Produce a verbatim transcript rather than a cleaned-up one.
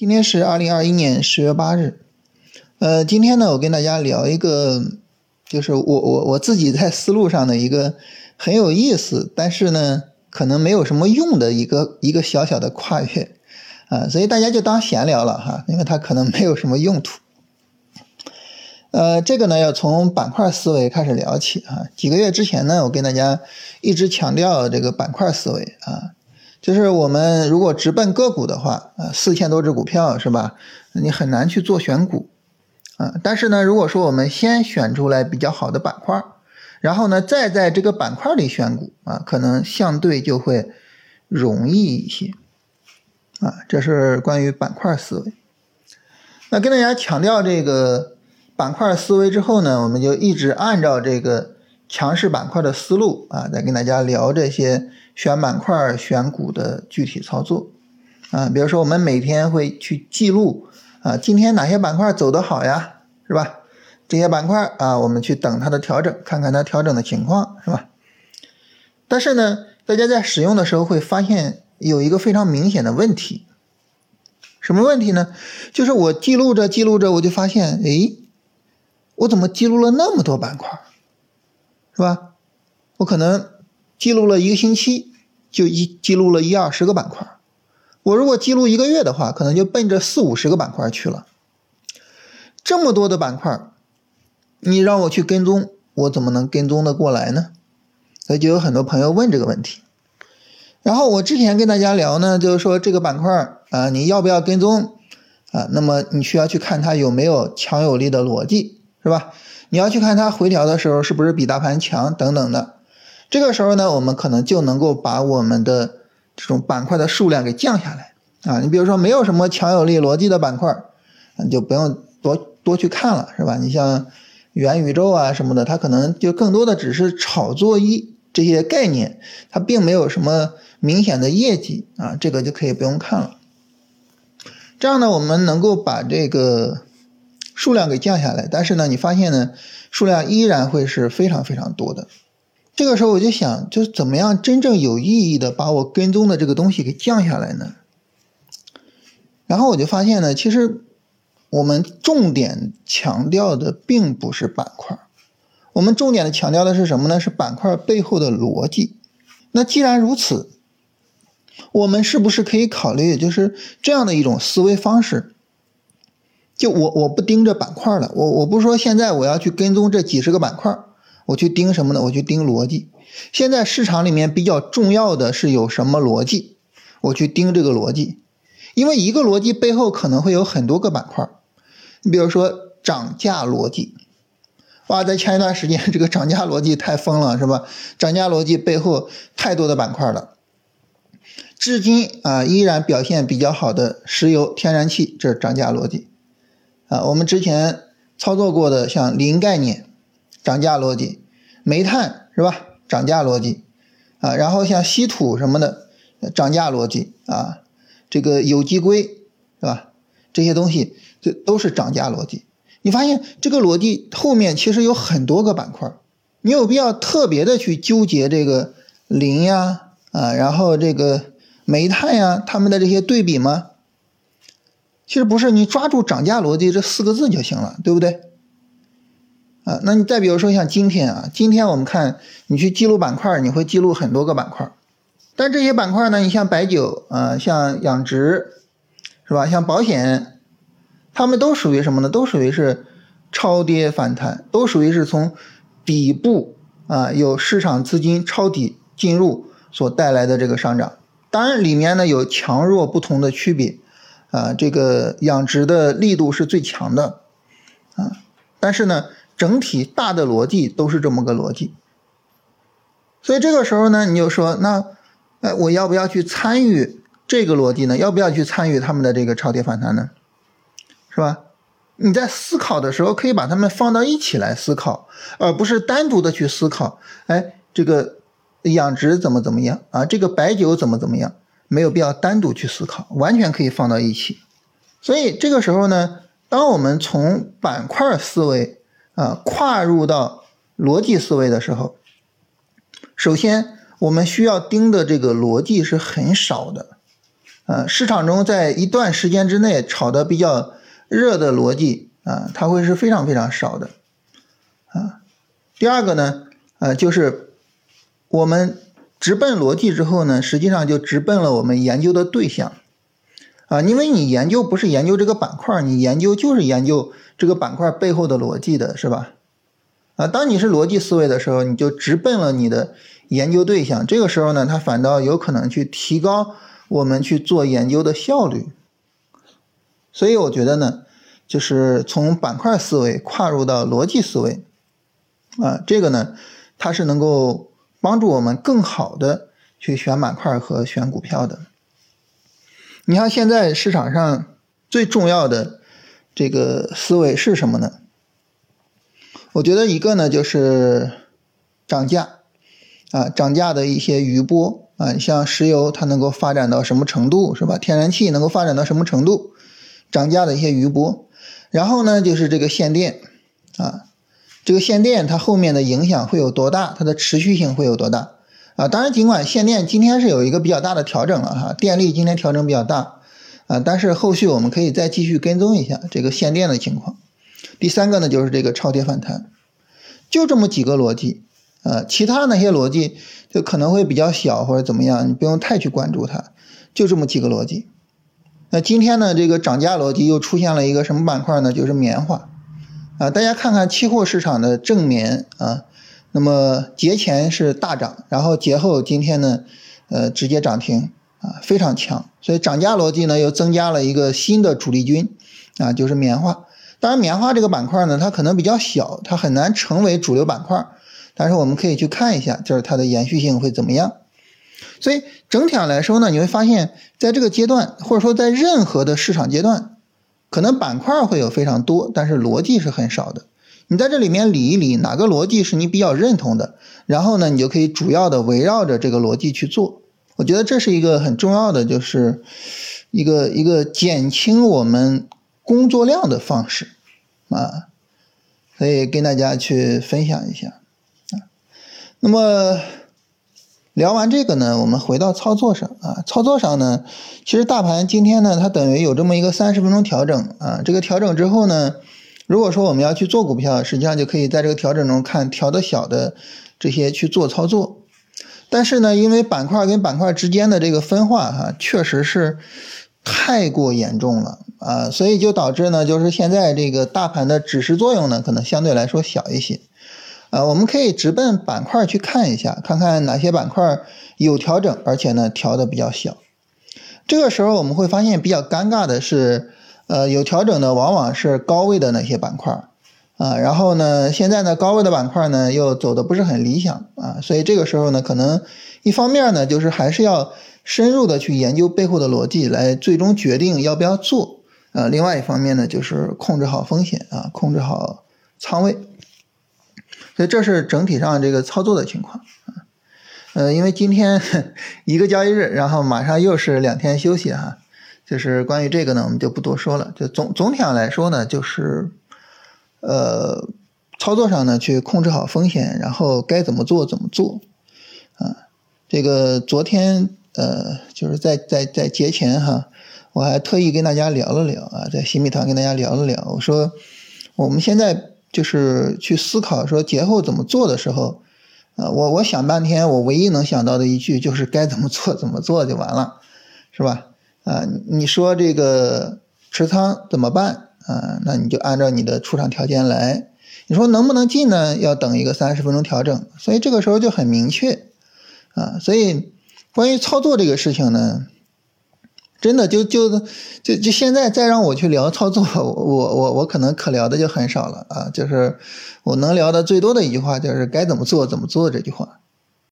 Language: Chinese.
今天是二零二一年十月八日，呃，今天呢，我跟大家聊一个，就是我我我自己在思路上的一个很有意思，但是呢，可能没有什么用的一个一个小小的跨越啊，所以大家就当闲聊了哈，因为它可能没有什么用途。呃，这个呢，要从板块思维开始聊起啊。几个月之前呢，我跟大家一直强调这个板块思维啊。就是我们如果直奔个股的话，呃，四千多只股票是吧？你很难去做选股，啊，但是呢，如果说我们先选出来比较好的板块，然后呢，再在这个板块里选股啊，可能相对就会容易一些，啊，这是关于板块思维。那跟大家强调这个板块思维之后呢，我们就一直按照这个强势板块的思路啊，再跟大家聊这些选板块选股的具体操作啊，比如说我们每天会去记录啊，今天哪些板块走得好呀，是吧？这些板块啊，我们去等它的调整，看看它调整的情况，是吧？但是呢，大家在使用的时候会发现有一个非常明显的问题，什么问题呢？就是我记录着记录着，我就发现，诶，我怎么记录了那么多板块，是吧？我可能记录了一个星期，就一记录了一二十个板块。我如果记录一个月的话，可能就奔着四五十个板块去了。这么多的板块，你让我去跟踪，我怎么能跟踪得过来呢？所以就有很多朋友问这个问题。然后我之前跟大家聊呢，就是说这个板块啊，你要不要跟踪啊？那么你需要去看它有没有强有力的逻辑，是吧？你要去看它回调的时候是不是比大盘强等等的。这个时候呢，我们可能就能够把我们的这种板块的数量给降下来啊。你比如说没有什么强有力逻辑的板块，你就不用多多去看了，是吧？你像元宇宙啊什么的，它可能就更多的只是炒作一这些概念，它并没有什么明显的业绩啊，这个就可以不用看了。这样呢，我们能够把这个数量给降下来，但是呢，你发现呢，数量依然会是非常非常多的。这个时候我就想，就是怎么样真正有意义的把我跟踪的这个东西给降下来呢？然后我就发现呢，其实我们重点强调的并不是板块，我们重点的强调的是什么呢？是板块背后的逻辑。那既然如此，我们是不是可以考虑就是这样的一种思维方式？就我我不盯着板块了，我我不是说现在我要去跟踪这几十个板块，我去盯什么呢？我去盯逻辑。现在市场里面比较重要的是有什么逻辑，我去盯这个逻辑。因为一个逻辑背后可能会有很多个板块。你比如说涨价逻辑，哇，在前一段时间这个涨价逻辑太疯了，是吧？涨价逻辑背后太多的板块了。至今啊，依然表现比较好的石油、天然气，这是涨价逻辑啊。我们之前操作过的像磷概念，涨价逻辑，煤炭是吧？涨价逻辑啊，然后像稀土什么的，涨价逻辑啊，这个有机硅是吧？这些东西这都是涨价逻辑。你发现这个逻辑后面其实有很多个板块，你有必要特别的去纠结这个磷呀啊，然后这个煤炭呀，他们的这些对比吗？其实不是，你抓住涨价逻辑这四个字就行了，对不对？啊，那你再比如说像今天啊，今天我们看你去记录板块，你会记录很多个板块，但这些板块呢，你像白酒啊，像养殖，是吧？像保险，他们都属于什么呢？都属于是超跌反弹，都属于是从底部啊有市场资金抄底进入所带来的这个上涨。当然里面呢有强弱不同的区别啊，这个养殖的力度是最强的啊，但是呢整体大的逻辑都是这么个逻辑。所以这个时候呢，你就说那呃我要不要去参与这个逻辑呢？要不要去参与他们的这个超跌反弹呢？是吧？你在思考的时候可以把它们放到一起来思考，而不是单独的去思考，哎，这个养殖怎么怎么样啊，这个白酒怎么怎么样，没有必要单独去思考，完全可以放到一起。所以这个时候呢，当我们从板块思维啊跨入到逻辑思维的时候，首先我们需要盯的这个逻辑是很少的呃，市场中在一段时间之内炒的比较热的逻辑啊，它会是非常非常少的啊。第二个呢，呃，就是我们直奔逻辑之后呢，实际上就直奔了我们研究的对象啊，因为你研究不是研究这个板块，你研究就是研究这个板块背后的逻辑的，是吧？啊，当你是逻辑思维的时候，你就直奔了你的研究对象，这个时候呢，它反倒有可能去提高我们去做研究的效率。所以我觉得呢，就是从板块思维跨入到逻辑思维啊，这个呢，它是能够帮助我们更好的去选板块和选股票的。你看现在市场上最重要的这个思维是什么呢？我觉得一个呢就是涨价啊，涨价的一些余波啊，像石油它能够发展到什么程度，是吧？天然气能够发展到什么程度，涨价的一些余波。然后呢就是这个限电啊，这个限电它后面的影响会有多大，它的持续性会有多大啊？当然尽管限电今天是有一个比较大的调整了哈，电力今天调整比较大啊，但是后续我们可以再继续跟踪一下这个限电的情况。第三个呢就是这个超跌反弹，就这么几个逻辑呃，其他那些逻辑就可能会比较小或者怎么样，你不用太去关注它，就这么几个逻辑。那今天呢这个涨价逻辑又出现了一个什么板块呢？就是棉花啊，大家看看期货市场的正棉啊，那么节前是大涨，然后节后今天呢呃直接涨停啊，非常强。所以涨价逻辑呢又增加了一个新的主力军啊，就是棉花。当然棉花这个板块呢它可能比较小，它很难成为主流板块，但是我们可以去看一下就是它的延续性会怎么样。所以整体上来说呢，你会发现在这个阶段或者说在任何的市场阶段，可能板块会有非常多，但是逻辑是很少的。你在这里面理一理哪个逻辑是你比较认同的，然后呢你就可以主要的围绕着这个逻辑去做。我觉得这是一个很重要的，就是一个一个减轻我们工作量的方式啊，所以跟大家去分享一下啊。那么聊完这个呢，我们回到操作上啊，操作上呢，其实大盘今天呢，它等于有这么一个三十分钟调整啊，这个调整之后呢，如果说我们要去做股票，实际上就可以在这个调整中看调的小的这些去做操作。但是呢，因为板块跟板块之间的这个分化哈、啊，确实是太过严重了啊，所以就导致呢，就是现在这个大盘的指示作用呢，可能相对来说小一些。啊，我们可以直奔板块去看一下，看看哪些板块有调整，而且呢调的比较小。这个时候我们会发现比较尴尬的是，呃，有调整的往往是高位的那些板块啊，然后呢，现在呢高位的板块呢又走的不是很理想啊，所以这个时候呢，可能一方面呢就是还是要深入的去研究背后的逻辑，来最终决定要不要做。呃，另外一方面呢，就是控制好风险啊，控制好仓位。所以这是整体上这个操作的情况啊，呃，因为今天一个交易日，然后马上又是两天休息哈，就是关于这个呢，我们就不多说了。就总总体上来说呢，就是呃，操作上呢去控制好风险，然后该怎么做怎么做啊。这个昨天呃，就是在在在节前哈，我还特意跟大家聊了聊啊，在新米团跟大家聊了聊，我说我们现在就是去思考说节后怎么做的时候，呃，我我想半天，我唯一能想到的一句就是该怎么做怎么做就完了，是吧？啊，你说这个持仓怎么办啊？那你就按照你的出场条件来。你说能不能进呢？要等一个三十分钟调整，所以这个时候就很明确啊。所以关于操作这个事情呢，真的就就就就现在再让我去聊操作，我我我可能可聊的就很少了啊，就是我能聊的最多的一句话就是该怎么做怎么做这句话